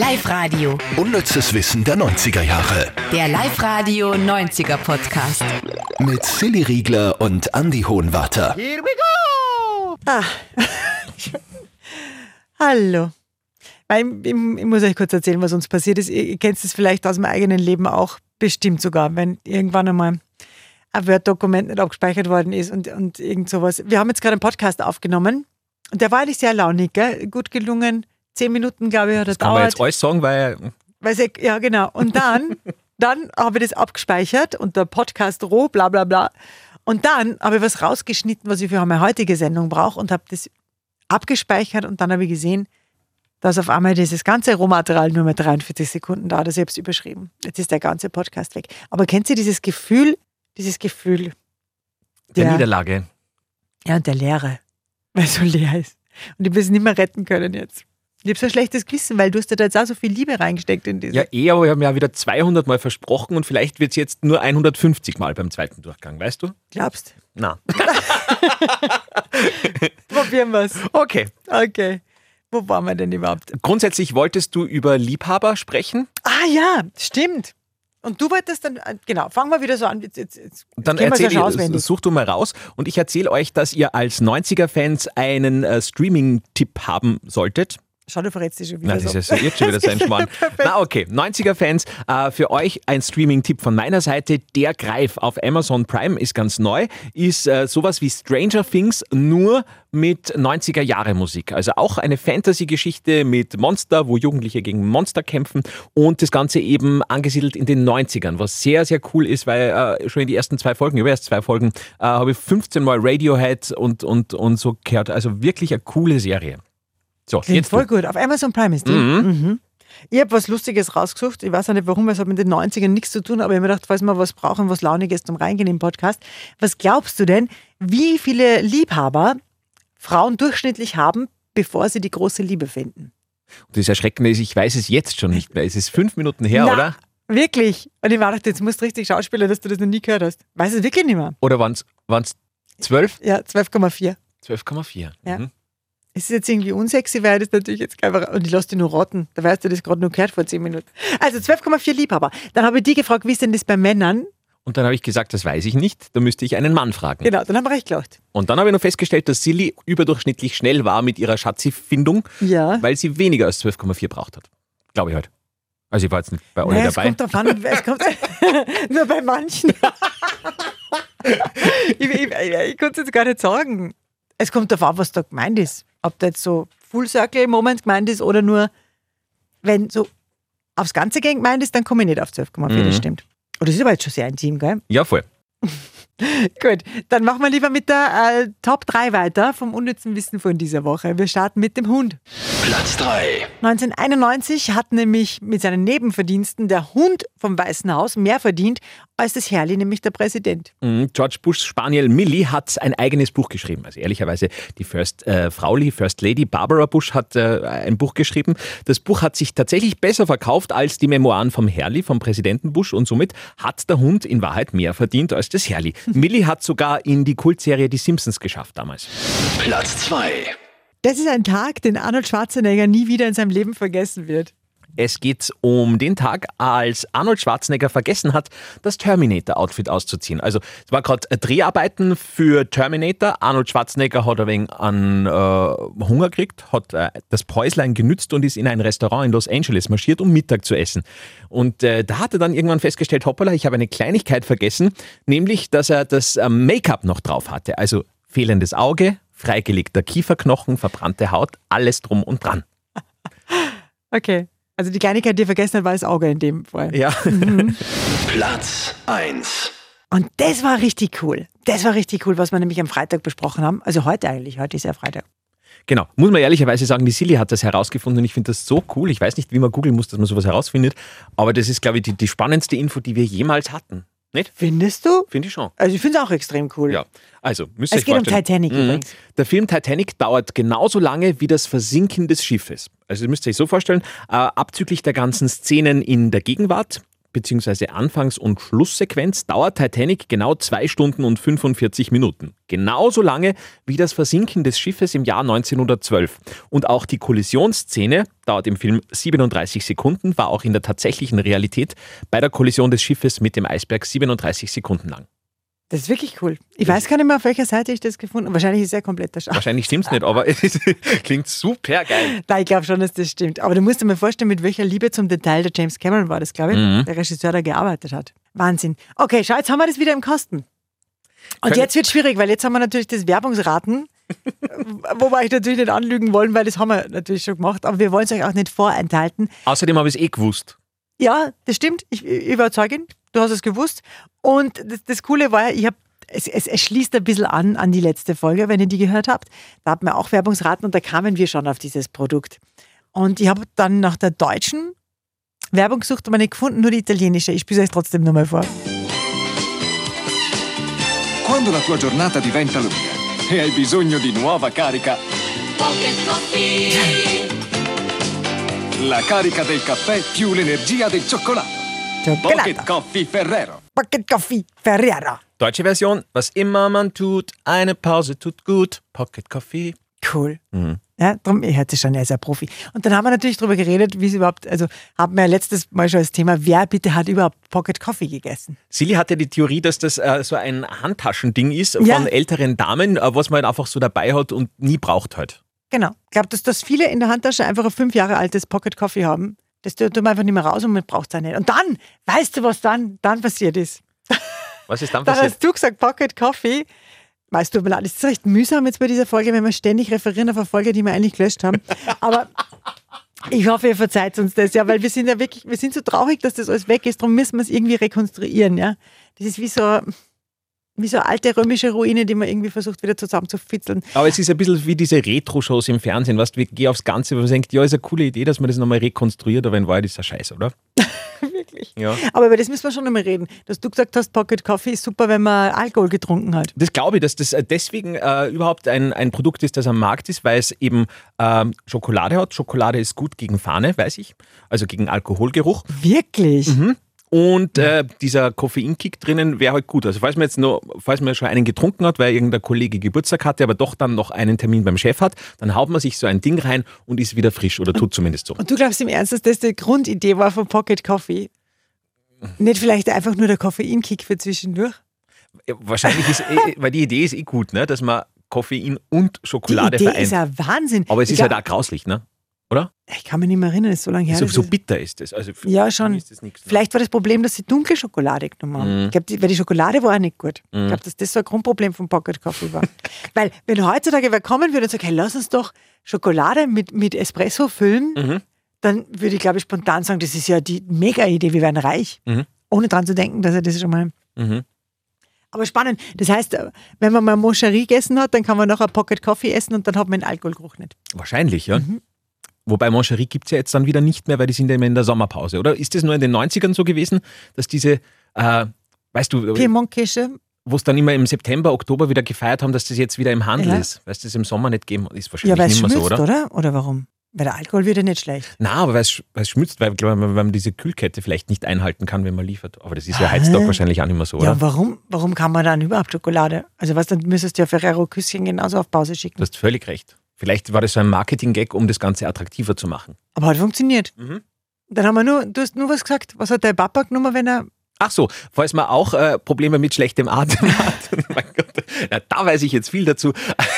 Live-Radio. Unnützes Wissen der 90er Jahre. Der Live-Radio 90er Podcast. Mit Silly Riegler und Andi Hohenwarter. Here we go! Hallo. Ich muss euch kurz erzählen, was uns passiert ist. Ihr kennt es vielleicht aus dem eigenen Leben auch, bestimmt sogar, wenn irgendwann einmal ein Word-Dokument nicht abgespeichert worden ist und irgend sowas. Wir haben jetzt gerade einen Podcast aufgenommen und der war eigentlich sehr launig, gell? Gut gelungen. 10 Minuten, glaube ich, hat er dauert. Kann man jetzt alles sagen, ja, genau. Und dann habe ich das abgespeichert und der Podcast roh, bla bla bla. Und dann habe ich was rausgeschnitten, was ich für meine heutige Sendung brauche und habe das abgespeichert und dann habe ich gesehen, dass auf einmal dieses ganze Rohmaterial nur mehr 43 Sekunden dauert. Also ich habe es überschrieben. Jetzt ist der ganze Podcast weg. Aber kennt ihr dieses Gefühl der Niederlage? Ja, und der Leere, weil es so leer ist. Und ich will es nicht mehr retten können jetzt. Ich habe so ein schlechtes Gewissen, weil du hast da jetzt auch so viel Liebe reingesteckt in diese. Ja, aber wir haben ja wieder 200 Mal versprochen und vielleicht wird es jetzt nur 150 Mal beim zweiten Durchgang, weißt du? Glaubst? Na. Probieren wir es. Okay. Wo waren wir denn überhaupt? Grundsätzlich wolltest du über Liebhaber sprechen? Ah ja, stimmt. Und du wolltest dann, genau, fangen wir wieder so an. Jetzt dann such du mal raus und ich erzähle euch, dass ihr als 90er-Fans einen Streaming-Tipp haben solltet. Schau, du verrätst dich schon wieder. Nein, das ist ja jetzt schon wieder so ein Schmarrn. Na okay, 90er-Fans, für euch ein Streaming-Tipp von meiner Seite. Der Greif auf Amazon Prime ist ganz neu, ist sowas wie Stranger Things, nur mit 90er-Jahre-Musik. Also auch eine Fantasy-Geschichte mit Monster, wo Jugendliche gegen Monster kämpfen und das Ganze eben angesiedelt in den 90ern, was sehr, sehr cool ist, weil schon in die ersten 2 Folgen, über erst 2 Folgen, habe ich 15 Mal Radiohead und so gehört. Also wirklich eine coole Serie. So, klingt voll gut. Auf Amazon Prime ist die. Mhm. Ich habe was Lustiges rausgesucht. Ich weiß auch nicht warum, weil es hat mit den 90ern nichts zu tun, aber ich habe mir gedacht, falls wir was brauchen, was Launiges zum Reingehen im Podcast. Was glaubst du denn, wie viele Liebhaber Frauen durchschnittlich haben, bevor sie die große Liebe finden? Das Erschreckende ist, ich weiß es jetzt schon nicht mehr. Es ist 5 Minuten her, oder? Wirklich? Und ich mir gedacht, jetzt musst du richtig schauspielern, dass du das noch nie gehört hast. Weiß es wirklich nicht mehr. Oder waren es 12? Ja, 12,4. 12,4. Ja. Mhm. Ist es jetzt irgendwie unsexy, weil das natürlich jetzt einfach, und ich lasse dich nur rotten, da weißt du das gerade nur gehört vor 10 Minuten. Also 12,4 Liebhaber. Dann habe ich die gefragt, wie ist denn das bei Männern? Und dann habe ich gesagt, das weiß ich nicht, da müsste ich einen Mann fragen. Genau, dann haben wir recht gelacht. Und dann habe ich noch festgestellt, dass Silly überdurchschnittlich schnell war mit ihrer Schatzi-Findung, weil sie weniger als 12,4 braucht hat. Glaube ich halt. Also ich war jetzt nicht bei alle dabei. Es kommt drauf an, nur bei manchen. ich konnte es jetzt gar nicht sagen. Es kommt darauf an, was da gemeint ist. Ob da jetzt so Full Circle im Moment gemeint ist oder nur, wenn so aufs Ganze gehen gemeint ist, dann komme ich nicht auf 12,4, das stimmt. Oh, das ist aber jetzt schon sehr intim, gell? Ja, voll. Gut, dann machen wir lieber mit der Top 3 weiter vom unnützen Wissen von dieser Woche. Wir starten mit dem Hund. Platz 3. 1991 hat nämlich mit seinen Nebenverdiensten der Hund vom Weißen Haus mehr verdient als das Herrli, nämlich der Präsident. George Bushs Spaniel Millie hat ein eigenes Buch geschrieben. Also ehrlicherweise die First Lady Barbara Bush hat ein Buch geschrieben. Das Buch hat sich tatsächlich besser verkauft als die Memoiren vom Herrli, vom Präsidenten Bush, und somit hat der Hund in Wahrheit mehr verdient als das Herrli. Millie hat sogar in die Kultserie Die Simpsons geschafft damals. Platz 2. Das ist ein Tag, den Arnold Schwarzenegger nie wieder in seinem Leben vergessen wird. Es geht um den Tag, als Arnold Schwarzenegger vergessen hat, das Terminator-Outfit auszuziehen. Also es war gerade Dreharbeiten für Terminator. Arnold Schwarzenegger hat ein wenig an Hunger gekriegt, hat das Päuslein genützt und ist in ein Restaurant in Los Angeles marschiert, um Mittag zu essen. Und da hat er dann irgendwann festgestellt, hoppala, ich habe eine Kleinigkeit vergessen, nämlich, dass er das Make-up noch drauf hatte. Also fehlendes Auge, freigelegter Kieferknochen, verbrannte Haut, alles drum und dran. Okay. Also die Kleinigkeit, die er vergessen hat, war das Auge in dem Fall. Ja. Platz 1. Und das war richtig cool. Das war richtig cool, was wir nämlich am Freitag besprochen haben. Also heute eigentlich. Heute ist ja Freitag. Genau. Muss man ehrlicherweise sagen, die Silly hat das herausgefunden und ich finde das so cool. Ich weiß nicht, wie man googeln muss, dass man sowas herausfindet. Aber das ist, glaube ich, die spannendste Info, die wir jemals hatten. Nicht? Findest du? Finde ich schon. Also ich finde es auch extrem cool. Ja, also müsst ihr euch vorstellen. Es geht um Titanic übrigens. Der Film Titanic dauert genauso lange wie das Versinken des Schiffes. Also ihr müsst euch so vorstellen, abzüglich der ganzen Szenen in der Gegenwart, bzw. Anfangs- und Schlusssequenz dauert Titanic genau 2 Stunden und 45 Minuten. Genauso lange wie das Versinken des Schiffes im Jahr 1912. Und auch die Kollisionsszene dauert im Film 37 Sekunden, war auch in der tatsächlichen Realität bei der Kollision des Schiffes mit dem Eisberg 37 Sekunden lang. Das ist wirklich cool. Ich weiß gar nicht mehr, auf welcher Seite ich das gefunden habe. Wahrscheinlich ist es ja kompletter Scheiß. Wahrscheinlich stimmt es nicht, aber es klingt super geil. Nein, ich glaube schon, dass das stimmt. Aber du musst dir mal vorstellen, mit welcher Liebe zum Detail der James Cameron war das, glaube ich, der Regisseur, der gearbeitet hat. Wahnsinn. Okay, schau, jetzt haben wir das wieder im Kasten. Und jetzt wird es schwierig, weil jetzt haben wir natürlich das Werbungsraten, wobei ich natürlich nicht anlügen wollen, weil das haben wir natürlich schon gemacht, aber wir wollen es euch auch nicht vorenthalten. Außerdem habe ich es gewusst. Ja, das stimmt. Ich überzeuge ihn. Du hast es gewusst. Und das Coole war ja, es schließt ein bisschen an die letzte Folge, wenn ihr die gehört habt. Da hatten wir auch Werbungsraten und da kamen wir schon auf dieses Produkt. Und ich habe dann nach der deutschen Werbung gesucht, aber nicht gefunden, nur die italienische. Ich spiele es euch trotzdem nochmal vor. Quando la tua giornata diventa lunga e hai bisogno di nuova carica, Pocket Coffee. la carica del caffè più l'energia del cioccolato. Pocket Coffee Ferrero. Pocket Coffee Ferrero. Deutsche Version, was immer man tut, eine Pause tut gut. Pocket Coffee. Cool. Ja, darum, ihr hört es schon, er ist ein Profi. Und dann haben wir natürlich darüber geredet, wie es überhaupt, also haben wir ja letztes Mal schon das Thema, wer bitte hat überhaupt Pocket Coffee gegessen? Silly hatte die Theorie, dass das so ein Handtaschending ist von älteren Damen, was man halt einfach so dabei hat und nie braucht halt. Genau. Ich glaube, dass viele in der Handtasche einfach ein 5 Jahre altes Pocket Coffee haben. Das tut man einfach nicht mehr raus und man braucht es auch nicht. Und dann, weißt du, was dann passiert ist? Was ist dann Dann passiert? hast du gesagt, Pocket Coffee. Weißt du, das ist recht mühsam jetzt bei dieser Folge, wenn wir ständig referieren auf eine Folge, die wir eigentlich gelöscht haben. Aber ich hoffe, ihr verzeiht uns das, ja, weil wir sind ja wirklich, wir sind so traurig, dass das alles weg ist, darum müssen wir es irgendwie rekonstruieren, ja. Das ist wie so eine alte römische Ruine, die man irgendwie versucht wieder zusammenzufitzeln. Aber es ist ein bisschen wie diese Retro-Shows im Fernsehen, weißt du, wir gehen aufs Ganze, weil man denkt, ja, ist eine coole Idee, dass man das nochmal rekonstruiert, aber in Wahrheit ist das Scheiße, oder? Wirklich. Ja. Aber über das müssen wir schon nochmal reden. Dass du gesagt hast, Pocket Coffee ist super, wenn man Alkohol getrunken hat. Das glaube ich, dass das deswegen überhaupt ein Produkt ist, das am Markt ist, weil es eben Schokolade hat. Schokolade ist gut gegen Fahne, weiß ich, also gegen Alkoholgeruch. Wirklich? Und dieser Koffeinkick drinnen wäre halt gut. Also falls man schon einen getrunken hat, weil irgendein Kollege Geburtstag hatte, aber doch dann noch einen Termin beim Chef hat, dann haut man sich so ein Ding rein und ist wieder frisch oder tut zumindest so. Und du glaubst im Ernst, dass das die Grundidee war von Pocket Coffee? Nicht vielleicht einfach nur der Koffeinkick für zwischendurch? Wahrscheinlich ist, weil die Idee ist gut, ne, dass man Koffein und Schokolade Die Idee vereint. ist ja Wahnsinn. Aber es ist halt auch grauslich, ne? Oder? Ich kann mich nicht mehr erinnern, das ist so lange her. So bitter ist es. Also für Ja, mich schon. ist das nichts, ne? Vielleicht war das Problem, dass sie dunkle Schokolade genommen haben. Ich glaube, weil die Schokolade war auch nicht gut. Ich glaube, dass das so ein Grundproblem von Pocket Coffee war. Weil, wenn heutzutage wer kommen würde und sagt, hey, lass uns doch Schokolade mit Espresso füllen, dann würde ich, glaube ich, spontan sagen, das ist ja die Mega-Idee, wir werden reich. Ohne dran zu denken, dass er das schon mal... Aber spannend. Das heißt, wenn man mal Moncherie gegessen hat, dann kann man noch ein Pocket Coffee essen und dann hat man den Alkoholgeruch nicht. Wahrscheinlich, ja. Wobei Moncherie gibt es ja jetzt dann wieder nicht mehr, weil die sind ja immer in der Sommerpause. Oder ist das nur in den 90ern so gewesen, dass diese, weißt du, Piemont-Kirsche. wo es dann immer im September, Oktober wieder gefeiert haben, dass das jetzt wieder im Handel Ja. ist? Weil es das im Sommer nicht geben ist Ja, wahrscheinlich weil es nicht mehr schmilzt, so, oder? oder warum? Weil der Alkohol wird ja nicht schlecht. Nein, aber weil es schmilzt, weil man diese Kühlkette vielleicht nicht einhalten kann, wenn man liefert. Aber das ist ja heutzutage wahrscheinlich auch nicht mehr so, oder? Ja, warum kann man dann überhaupt Schokolade? Also was, dann müsstest du ja Ferrero-Küsschen genauso auf Pause schicken. Du hast völlig recht. Vielleicht war das so ein Marketing-Gag, um das Ganze attraktiver zu machen. Aber hat funktioniert. Dann haben wir du hast nur was gesagt. Was hat der Papa genommen, wenn er... Ach so, falls man auch Probleme mit schlechtem Atem hat, mein Gott, na, da weiß ich jetzt viel dazu,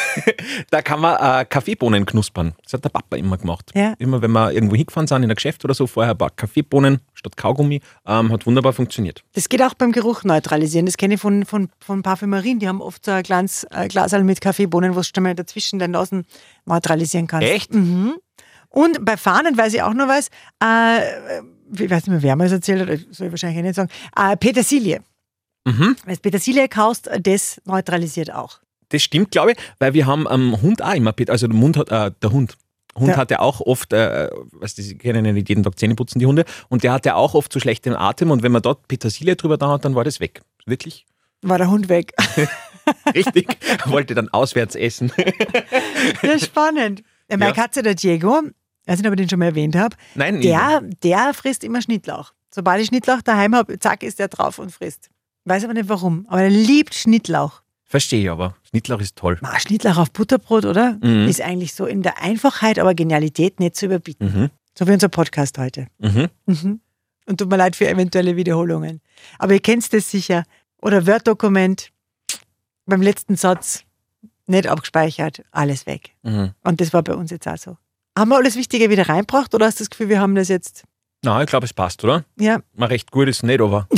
da kann man Kaffeebohnen knuspern. Das hat der Papa immer gemacht. Ja. Immer wenn wir irgendwo hingefahren sind, in ein Geschäft oder so, vorher ein paar Kaffeebohnen statt Kaugummi, hat wunderbar funktioniert. Das geht auch beim Geruch neutralisieren. Das kenne ich von Parfümerien. Die haben oft so ein kleines Glasal mit Kaffeebohnen, wo du schon mal dazwischen deine Nasen neutralisieren kannst. Echt? Und bei Fahnen weiß ich auch noch was, ich weiß nicht mehr, wer mir das erzählt hat, soll ich wahrscheinlich nicht sagen, Petersilie. Wenn du Petersilie kaufst, das neutralisiert auch. Das stimmt, glaube ich, weil wir haben am Hund auch immer, also der Hund Ja. hat ja auch oft, Sie können ja nicht jeden Tag Zähne putzen, die Hunde, und der hat ja auch oft so schlechten Atem und wenn man dort Petersilie drüber da hat, dann war das weg. Wirklich? War der Hund weg. Richtig. Wollte dann auswärts essen. Ja, spannend. Meine Ja. Katze, der Diego, ich weiß nicht, ob ich den schon mal erwähnt habe, Nein, der frisst immer Schnittlauch. Sobald ich Schnittlauch daheim habe, zack, ist er drauf und frisst. Weiß aber nicht warum, aber er liebt Schnittlauch. Verstehe ich aber. Schnittlauch ist toll. Schnittlauch auf Butterbrot, oder? Ist eigentlich so in der Einfachheit, aber Genialität nicht zu überbieten. So wie unser Podcast heute. Und tut mir leid für eventuelle Wiederholungen. Aber ihr kennt das sicher. Oder Word-Dokument, beim letzten Satz nicht abgespeichert, alles weg. Und das war bei uns jetzt auch so. Haben wir alles Wichtige wieder reingebracht oder hast du das Gefühl, wir haben das jetzt... Na, ich glaube, es passt, oder? Ja. Mal recht gut ist nicht, aber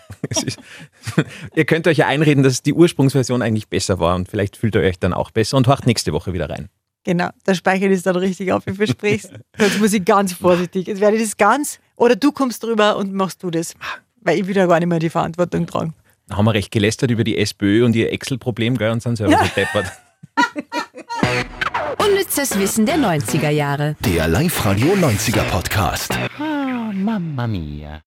ihr könnt euch ja einreden, dass die Ursprungsversion eigentlich besser war und vielleicht fühlt ihr euch dann auch besser und hört nächste Woche wieder rein. Genau, der Speicher ist dann richtig auf, ich verspreche es. Jetzt muss ich ganz vorsichtig. Jetzt werde ich das ganz, oder du kommst drüber und machst du das, weil ich will ja gar nicht mehr die Verantwortung tragen. Da haben wir recht gelästert über die SPÖ und ihr Excel-Problem, gell, und sind selber so deppert. Unnützes Wissen der 90er Jahre. Der Live-Radio 90er Podcast. Mamma mia.